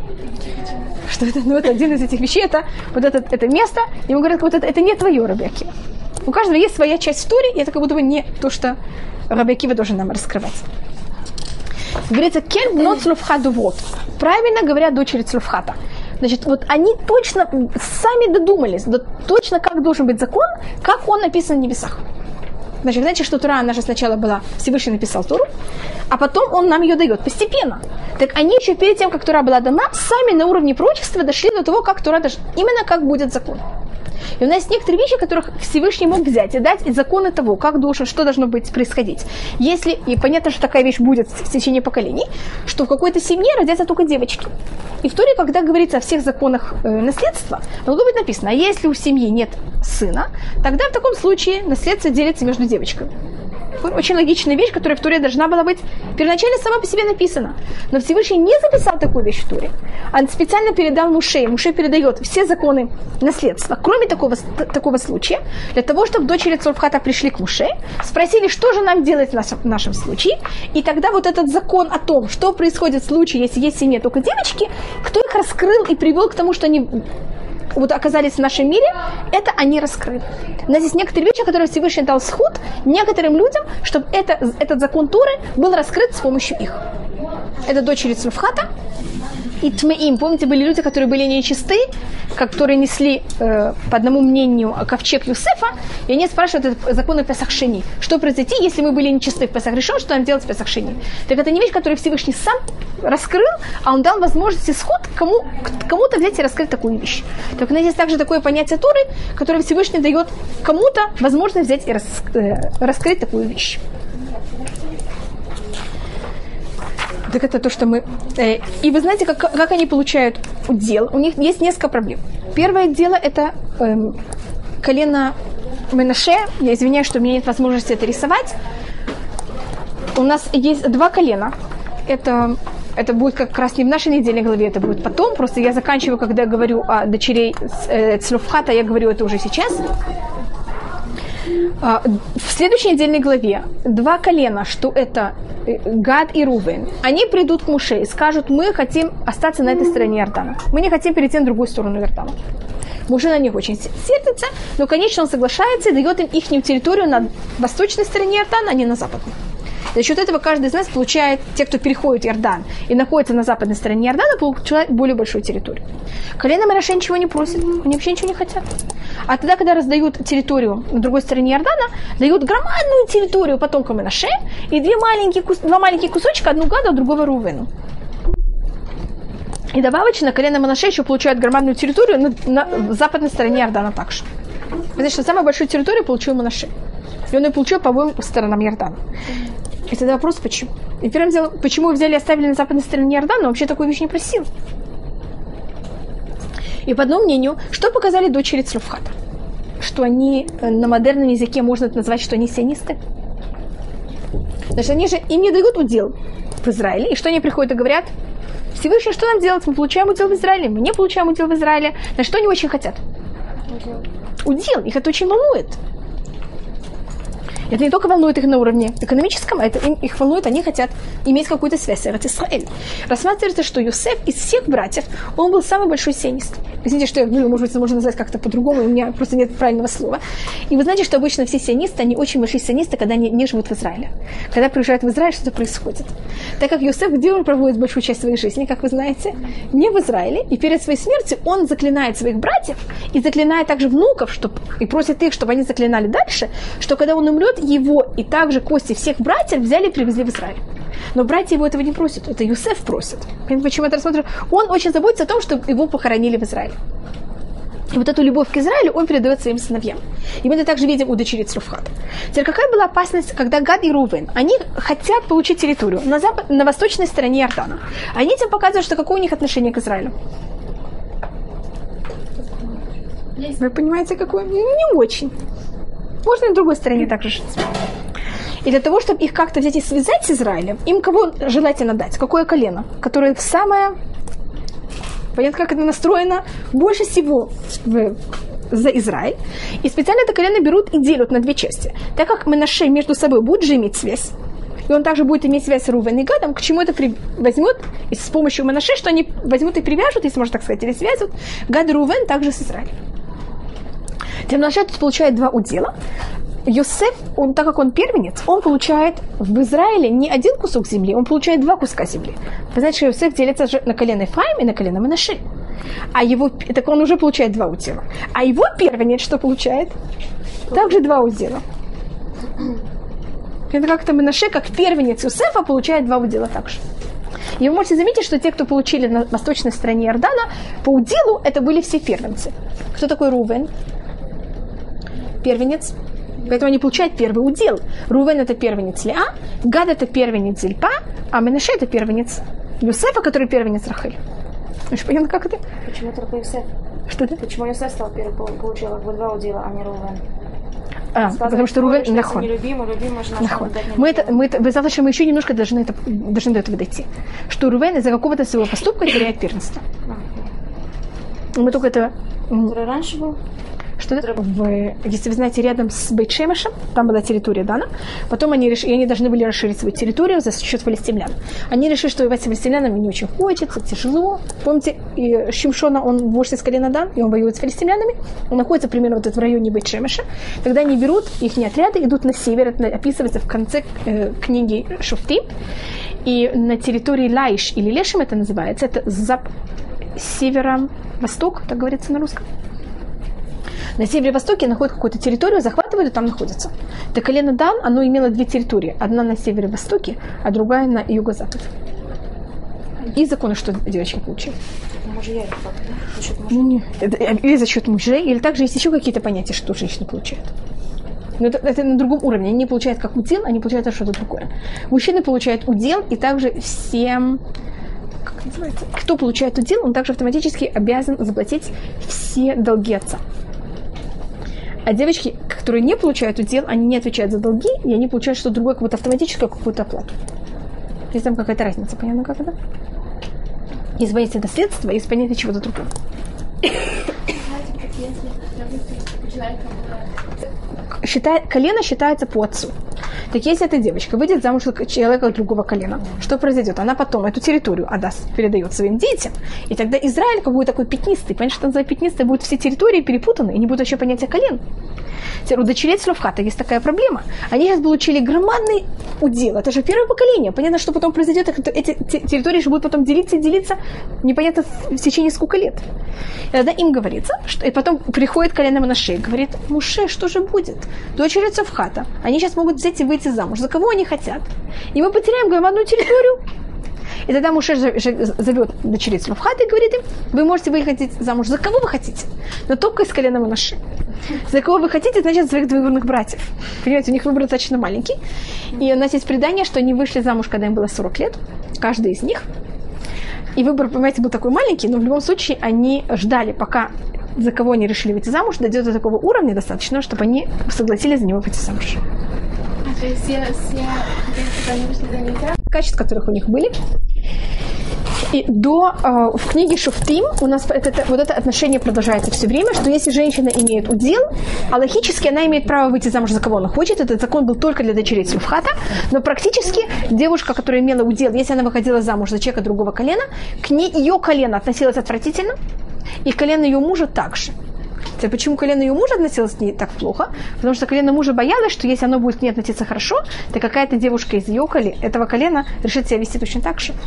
Что это? Это один из этих вещей, это вот это место, ему говорят, вот это не твое, Раби Акива. У каждого есть своя часть в Торе, и это как будто бы не то, что Раби Акива должен нам раскрывать. Говорится, кен бнот Цлофхат вот. Правильно говорят дочери Цлофхата. Значит, вот они точно сами додумались, точно как должен быть закон, как он написан в небесах. Значит, знаете, что Тора, она же сначала была, Всевышний написал Тору, а потом он нам ее дает постепенно. Так они еще перед тем, как Тора была дана, сами на уровне пророчества дошли до того, как Тора именно как будет закон. И у нас есть некоторые вещи, которых Всевышний мог взять и дать из закона того, что должно быть происходить. Если, и понятно, что такая вещь будет в течение поколений, что в какой-то семье родятся только девочки. И в Торе, когда говорится о всех законах наследства, должно быть написано, а если у семьи нет сына, тогда в таком случае наследство делится между девочками. Сефер. Очень логичная вещь, которая в Торе должна была быть первоначально сама по себе написана. Но Всевышний не записал такую вещь в Торе. Он специально передал Муше. Муше передает все законы наследства, кроме такого случая, для того, чтобы дочери Цлофхата пришли к Муше, спросили, что же нам делать в нашем случае. И тогда вот этот закон о том, что происходит в случае, если есть в семье только девочки, кто их раскрыл и привел к тому, что они вот оказались в нашем мире, это они раскрыли. У нас есть некоторые вещи, которые Всевышний дал сход некоторым людям, чтобы этот закон Торы был раскрыт с помощью их. Это дочери Цлофхата и Тмеим. Помните, были люди, которые были нечисты, которые несли, по одному мнению, ковчег Юсефа, и они спрашивают законы Песах Шени. Что произойти, если мы были нечисты в Песах Ришон, что нам делать в Песах Шени? Так это не вещь, которую Всевышний сам раскрыл, а он дал возможность исход кому-то взять и раскрыть такую вещь. Так у нас есть также такое понятие Торы, которое Всевышний дает кому-то возможность взять и раскрыть такую вещь. Так это то, что мы... И вы знаете, как они получают удел? У них есть несколько проблем. Первое дело – это колено Менаше. Я извиняюсь, что у меня нет возможности это рисовать. У нас есть два колена. Это будет как раз не в нашей недельной главе, это будет потом. Просто я заканчиваю, когда говорю о дочерей Цлофхата, я говорю это уже сейчас. В следующей недельной главе два колена, что это Гад и Рувен, они придут к Муше и скажут: мы хотим остаться на этой стороне Иордана. Мы не хотим перейти на другую сторону Иордана. Муше на них очень сердится, но, конечно, он соглашается и дает им их территорию на восточной стороне Иордана, а не на западной. За счет этого каждый из нас получает, те, кто переходит Иордан и находится на западной стороне Иордана, получают более большую территорию. Колено Менаше ничего не просит, они вообще ничего не хотят. А тогда, когда раздают территорию на другой стороне Иордана, дают громадную территорию потомкам Менаше и два маленьких кусочка, одну Гаду, другого Рувену. И добавочно, колено Менаше еще получает громадную территорию на западной стороне Иордана также. Значит, что самую большую территорию получил Менаше. И он ее получил по обоим сторонам Иордана. И тогда вопрос, почему? И первым делом, почему вы взяли и оставили на западной стороне Иордана, он вообще такую вещь не просил. И по одному мнению, что показали дочери Цлофхата? Что они на модерном языке можно назвать, что они сионисты? Значит, они же им не дают удел в Израиле. И что они приходят и говорят? Всевышний, что нам делать? Мы получаем удел в Израиле, мы не получаем удел в Израиле. Значит, что они очень хотят? Удел. Их это очень волнует. Это не только волнует их на уровне экономическом, а это их волнует, они хотят иметь какую-то связь с Израилем. Рассматривается, что Йосеф из всех братьев, он был самый большой сионист. Извините, что я говорю, может быть, это можно назвать как-то по-другому, у меня просто нет правильного слова. И вы знаете, что обычно все сионисты, они очень большие сионисты, когда они не живут в Израиле. Когда приезжают в Израиль, что-то происходит. Так как Йосеф, где он проводит большую часть своей жизни, как вы знаете, не в Израиле, и перед своей смертью он заклинает своих братьев и заклинает также внуков, и просит их, чтобы они заклинали дальше, что когда он умрет, его и также кости всех братьев взяли и привезли в Израиль. Но братья его этого не просят, это Йосеф просит. Понимаете, почему я это рассматриваю? Он очень заботится о том, чтобы его похоронили в Израиле. И вот эту любовь к Израилю он передает своим сыновьям. И мы это также видим у дочери Цлофхата. Теперь какая была опасность, когда Гад и Рувен, они хотят получить территорию на восточной стороне Иордана. Они этим показывают, что какое у них отношение к Израилю. Вы понимаете, какое? Не очень. Можно и на другой стороне также жить. И для того, чтобы их как-то взять и связать с Израилем, им кого желательно дать? Какое колено? Которое самое... Понятно, как это настроено? Больше всего за Израиль. И специально это колено берут и делят на две части. Так как Менаше между собой будет же иметь связь, и он также будет иметь связь с Рувен и Гадом, к чему это возьмет, и с помощью Менаше, что они возьмут и привяжут, если можно так сказать, или связывают, Гад и Рувен также с Израилем. Теперь Менаше тут получает два удела. Йосеф, так как он первенец, он получает в Израиле не один кусок земли, он получает два куска земли. Вы знаете, что Йосеф делится на колено Ефраим и на колено Менаше. Так он уже получает два удела. А его первенец что получает? Также два удела. Это как-то Менаше, как первенец Йосефа, получает два удела также. И вы можете заметить, что те, кто получили на восточной стороне Иордана, по уделу это были все первенцы. Кто такой Рувен? Первенец. Поэтому они получают первый удел. Рувен это первенец Леа, Гад это первенец Зильпа, а Менаше это первенец Йосефа, который первенец Рахель. Вы же поняли, как это? Почему только Йосеф? Что это? Почему Йосеф стал первым, получил два удела, а не Рувен? потому что Рувен нахон. Мы еще немножко должны до этого дойти. Что Рувен из-за какого-то своего поступка теряет первенство. Мы только это... Который раньше был? Что это? Если вы знаете, рядом с Бейт-Шемешем, там была территория Дана, потом они должны были расширить свою территорию за счет филистимлян. Они решили, что воевать с филистимлянами не очень хочется, тяжело. Помните, и Шимшона, он вождь из колена Дан, и он воюет с филистимлянами. Он находится примерно вот в районе Бейт-Шемеша. Тогда они берут их отряды, идут на север, это описывается в конце книги Шуфтим. И на территории Лаиш или Лешем это называется, это северо-восток, так говорится на русском. На северо-востоке находят какую-то территорию, захватывают и там находятся. Это колено Дан, оно имело две территории. Одна на северо-востоке, а другая на юго-западе. И законы, что девочки получили. Мужья или как, да? За счет мужей? Или за счет мужей, или также есть еще какие-то понятия, что женщины получают. Но это на другом уровне. Они не получают как удел, они получают что-то другое. Мужчины получают удел, и также всем... Как называется? Кто получает удел, он также автоматически обязан заплатить все долги отца. А девочки, которые не получают удел, они не отвечают за долги, и они получают что-то другое, как будто автоматическую какую-то оплату. Есть там какая-то разница, понятно, как это? Есть понятие наследства, есть понятие чего-то другого. Колено считается по отцу. Так если эта девочка выйдет замуж за человека другого колена, что произойдет? Она потом эту территорию отдаст, передает своим детям. И тогда Израиль как будет такой пятнистый. Понимаешь, что называется пятнистый, будут все территории перепутаны, и не будет вообще понятия колен. Теперь у дочерей Цлофхата есть такая проблема. Они сейчас получили громадный удел. Это же первое поколение. Понятно, что потом произойдет, эти территории же будут потом делиться, непонятно в течение сколько лет. И тогда им говорится, что... И потом приходит колено Манаше и говорит: Муше, что же будет? Дочери Цлофхата, они сейчас могут взять и выйти замуж. За кого они хотят? И мы потеряем громадную территорию. И тогда Муше зовет дочерей Цлофхата и говорит им: вы можете выходить замуж за кого вы хотите, но только из колена Манаше. За кого вы хотите, значит, своих двоюродных братьев. Понимаете, у них выбор достаточно маленький. И у нас есть предание, что они вышли замуж, когда им было 40 лет, каждый из них. И выбор, понимаете, был такой маленький, но в любом случае они ждали, пока за кого они решили выйти замуж, дойдет до такого уровня достаточно, чтобы они согласились за него выйти замуж. То есть все они вышли за нельзя? Качеств, которых у них были. И в книге Шуфтим у нас вот это отношение продолжается все время, что если женщина имеет удел, а логически она имеет право выйти замуж за кого она хочет. Этот закон был только для дочерей Цлофхата, но практически девушка, которая имела удел, если она выходила замуж за человека другого колена, к ней ее колено относилось отвратительно, и колено ее мужа также. Почему колено ее мужа относилось к ней так плохо? Потому что колено мужа боялось, что если оно будет к ней относиться хорошо, то какая-то девушка из этого колена решит себя вести точно так же.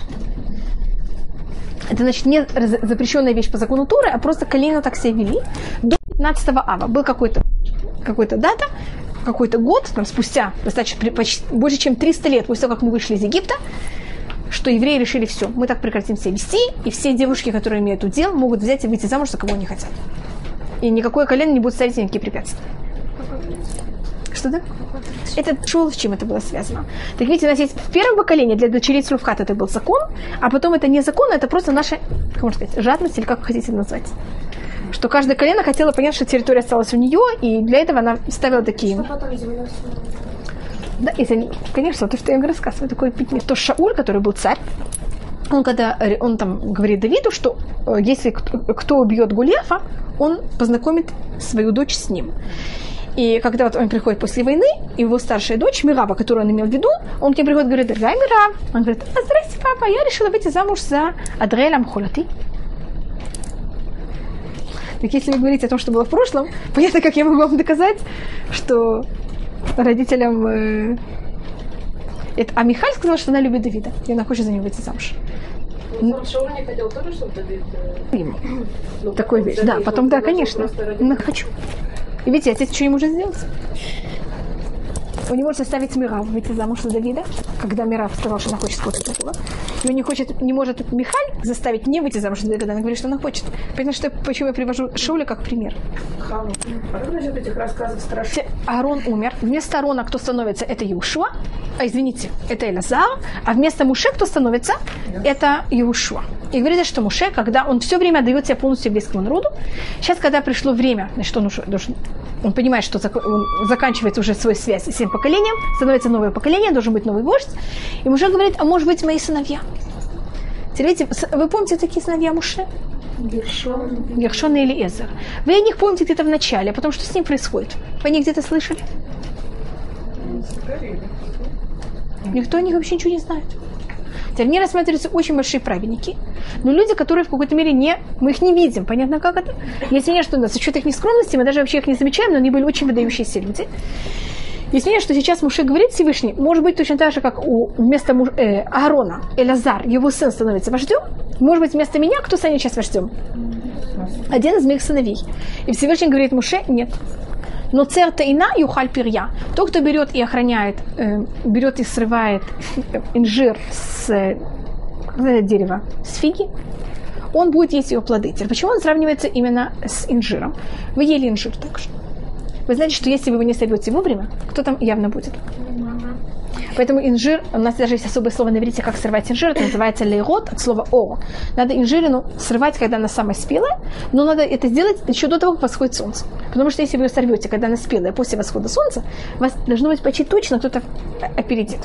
Это значит не запрещенная вещь по закону Торы, а просто колено так себя вели. До 15 ава был какой-то дата, какой-то год, там, спустя достаточно почти, больше чем 300 лет после того, как мы вышли из Египта, что евреи решили: все, мы так прекратим себя вести, и все девушки, которые имеют удел, могут взять и выйти замуж за кого они хотят. И никакое колено не будет ставить никакие препятствия. Что да? Это шел, с чем это было связано. Так видите, у нас есть в первом поколении для дочерей Цлофхата это был закон, а потом это не закон, это просто наша, как можно сказать, жадность, или как вы хотите назвать. Что каждое колено хотело понять, что территория осталась у нее, и для этого она ставила такие... Что потом изменилось? Да, это, конечно, то, что я им рассказываю, такой пятница. То Шауль, который был царь, он там говорит Давиду, что если кто убьет Голиафа, он познакомит свою дочь с ним. И когда вот он приходит после войны, его старшая дочь, Мирава, которую он имел в виду, он к ней приходит и говорит: дорогая Мирав, он говорит: здрасте, папа, я решила выйти замуж за Адриэля Мхолати. Так если вы говорите о том, что было в прошлом, понятно, как я могу вам доказать, что родителям... А Михаль сказала, что она любит Давида, и она хочет за него выйти замуж. Шауль не хотел тоже, чтобы Давид... Такой вещь. Да, потом, да, конечно. Но хочу. И видите, отец что ему уже сделать? Он не может оставить Мирав выйти замуж за Давида, когда Мирав сказал, что она хочет кого-то другого. И он не может Михаль заставить не выйти замуж за Давида, когда она говорит, что она хочет. Почему я привожу Шауля как пример? А как насчет этих рассказов страшных? Аарон умер. Вместо Аарона кто становится? Это Иешуа. Это Элазар. А вместо Муше кто становится? Это Иешуа. И говорится, что Муше, когда он все время отдает себя полностью еврейскому народу, сейчас, когда пришло время, значит, он уже должен он понимает, что он заканчивает уже свою связь с этим поколением, становится новое поколение, должен быть новый вождь. И Муше говорит, а может быть мои сыновья. Вы помните такие сыновья Муше? Гершон и Элиэзер. Вы о них помните где-то в начале, а потом что с ним происходит? Вы о них где-то слышали? Никто о них вообще ничего не знает. Теперь они рассматриваются очень большие праведники, но люди, которые в какой-то мере мы их не видим. Понятно, как это? Если нет, что за счет их нескромности, мы даже вообще их не замечаем, но они были очень выдающиеся люди. Есть мнение, что сейчас Муше говорит Всевышний, может быть, точно так же, как вместо Аарона, Элазар, его сын становится вождем, может быть, вместо меня кто станет сейчас вождем? Один из моих сыновей. И Всевышний говорит Муше, нет. Но цер таина юхаль пирья. Тот, кто берет и охраняет, берет и срывает инжир с дерева, с фиги, он будет есть ее плоды. Почему он сравнивается именно с инжиром? Вы ели инжир также. Вы знаете, что если вы его не сорвете вовремя, кто там явно будет? Поэтому инжир, у нас даже есть особое слово на иврите, как срывать инжир, это называется лейрот, от слова оро. Надо инжирину срывать, когда она самая спелая, но надо это сделать еще до того, как восходит солнце. Потому что если вы ее сорвете, когда она спелая, после восхода солнца, вас должно быть почти точно кто-то опередит.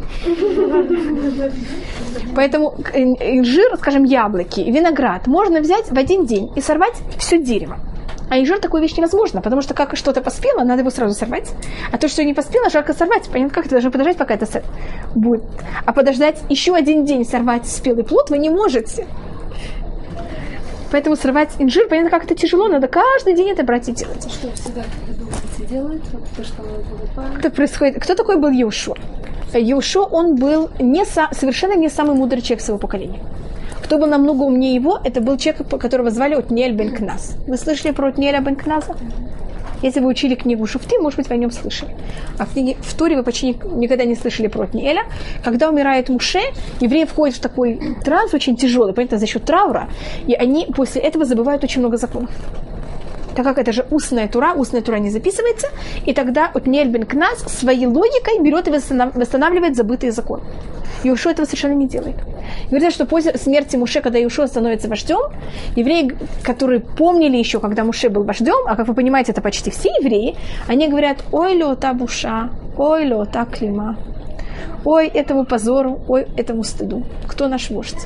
Поэтому инжир, скажем, яблоки, виноград можно взять в один день и сорвать все дерево. А инжир такую вещь невозможно, потому что как что-то поспело, надо его сразу сорвать. А то, что не поспело, жарко сорвать. Понятно, как это должно подождать, пока это будет. А подождать еще один день сорвать спелый плод вы не можете. Поэтому срывать инжир, понятно, как это тяжело, надо каждый день это брать и делать. Что всегда делают? То, что мы покупаем. Что происходит? Кто такой был Йошуа? Йошуа, он был совершенно не самый мудрый человек своего поколения. Кто был намного умнее его, это был человек, которого звали Отниэль бен Кназ. Вы слышали про Отниэля бен Кназа? Если вы учили книгу Шуфти, может быть, вы о нем слышали. А в книге в Торе вы почти никогда не слышали про Отниэля. Когда умирает Муше, евреи входят в такой транс очень тяжелый, понятно, за счет траура, и они после этого забывают очень много законов. Так как это же устная тура не записывается, и тогда Отниэль бен Кназ своей логикой берет и восстанавливает забытые законы. Йошуа этого совершенно не делает. Говорят, что после смерти Муше, когда Йошуа становится вождем, евреи, которые помнили еще, когда Муше был вождем, а как вы понимаете, это почти все евреи, они говорят: ой, леота буша, ой, леота клима, ой, этому позору, ой, этому стыду. Кто наш вождь?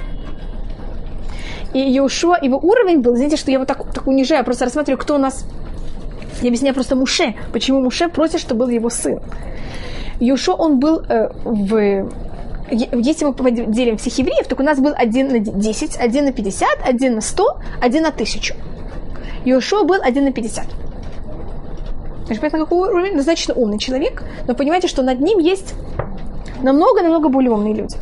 И Йошуа, его уровень был, знаете, что я вот так унижаю, просто рассматриваю, кто у нас. Я объясняю просто Муше, почему Муше просит, чтобы был его сын. Йошуа, он был если мы поделим всех евреев, то у нас был 1 на 10, 1 на 50, 1 на 100, 1 на 1000. Йошуа был 1 на 50. Значит, понятно, какой уровень? Достаточно умный человек, но понимаете, что над ним есть намного более умные люди.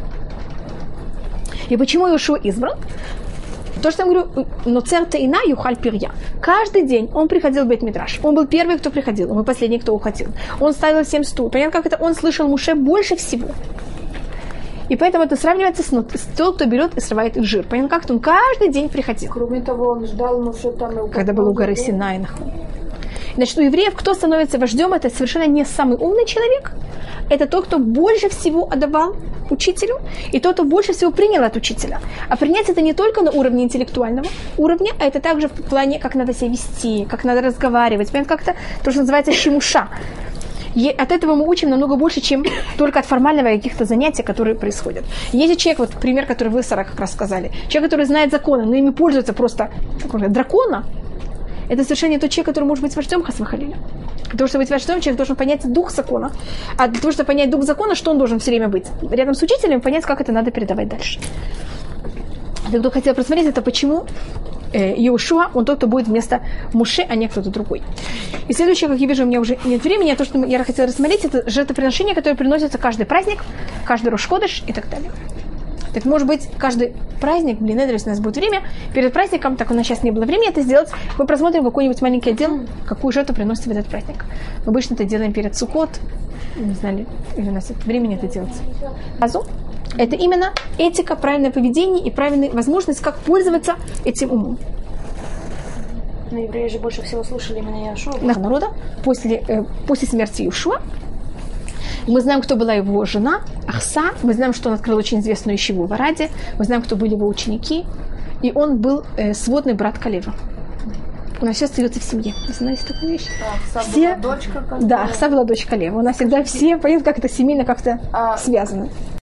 И почему Йошуа избран? То, что я говорю, но цер таина юхаль пирья. Каждый день он приходил в Бейт-Мидраш. Он был первый, кто приходил, он был последний, кто уходил. Он ставил всем стул. Понятно, как это? Он слышал Муше больше всего. И поэтому это сравнивается с тем, кто берет и срывает инжир. Понятно, как это? Он каждый день приходил. Кроме того, он ждал Муше там... Когда был у горы Синай. Значит, у евреев, кто становится вождем, это совершенно не самый умный человек. Это тот, кто больше всего отдавал учителю, и тот, кто больше всего принял от учителя. А принять это не только на уровне интеллектуального уровня, а это также в плане, как надо себя вести, как надо разговаривать. Понимаете, как-то то, что называется шимуша. И от этого мы учим намного больше, чем только от формального каких-то занятий, которые происходят. Если человек, вот пример, который вы, Сара, как раз сказали, человек, который знает законы, но ими пользуется просто дракона, это совершенно не тот человек, который может быть вождем Хас-Вахалиля. Для того, чтобы быть вождем, человек должен понять дух закона. А для того, чтобы понять дух закона, что он должен все время быть? Рядом с учителем, понять, как это надо передавать дальше. Так, кто хотел просмотреть, это почему Йошуа, он тот, кто будет вместо Муше, а не кто-то другой. И следующее, как я вижу, у меня уже нет времени, а то, что я хотела рассмотреть, это жертвоприношение, которое приносится каждый праздник, каждый Рош-Ходеш и так далее. Так, может быть, каждый праздник, если у нас будет время, перед праздником, так у нас сейчас не было времени это сделать, мы просмотрим какой-нибудь маленький отдел, какую жертву приносит в этот праздник. Мы обычно это делаем перед Суккот, не знали, или у нас нет времени это делать. Азу. Это именно этика, правильное поведение и правильная возможность, как пользоваться этим умом. Но евреи же больше всего слушали именно Йошуа. Народа после смерти Йошуа. Мы знаем, кто была его жена, Ахса. Мы знаем, что он открыл очень известную ешиву в Араде. Мы знаем, кто были его ученики. И он был сводный брат Калева. у нас все остается в семье. Вы знаете такую вещь? Все... Дочка. Да, Хса была дочка Лева. У нас всегда все, понятно, как это семейно как-то связано.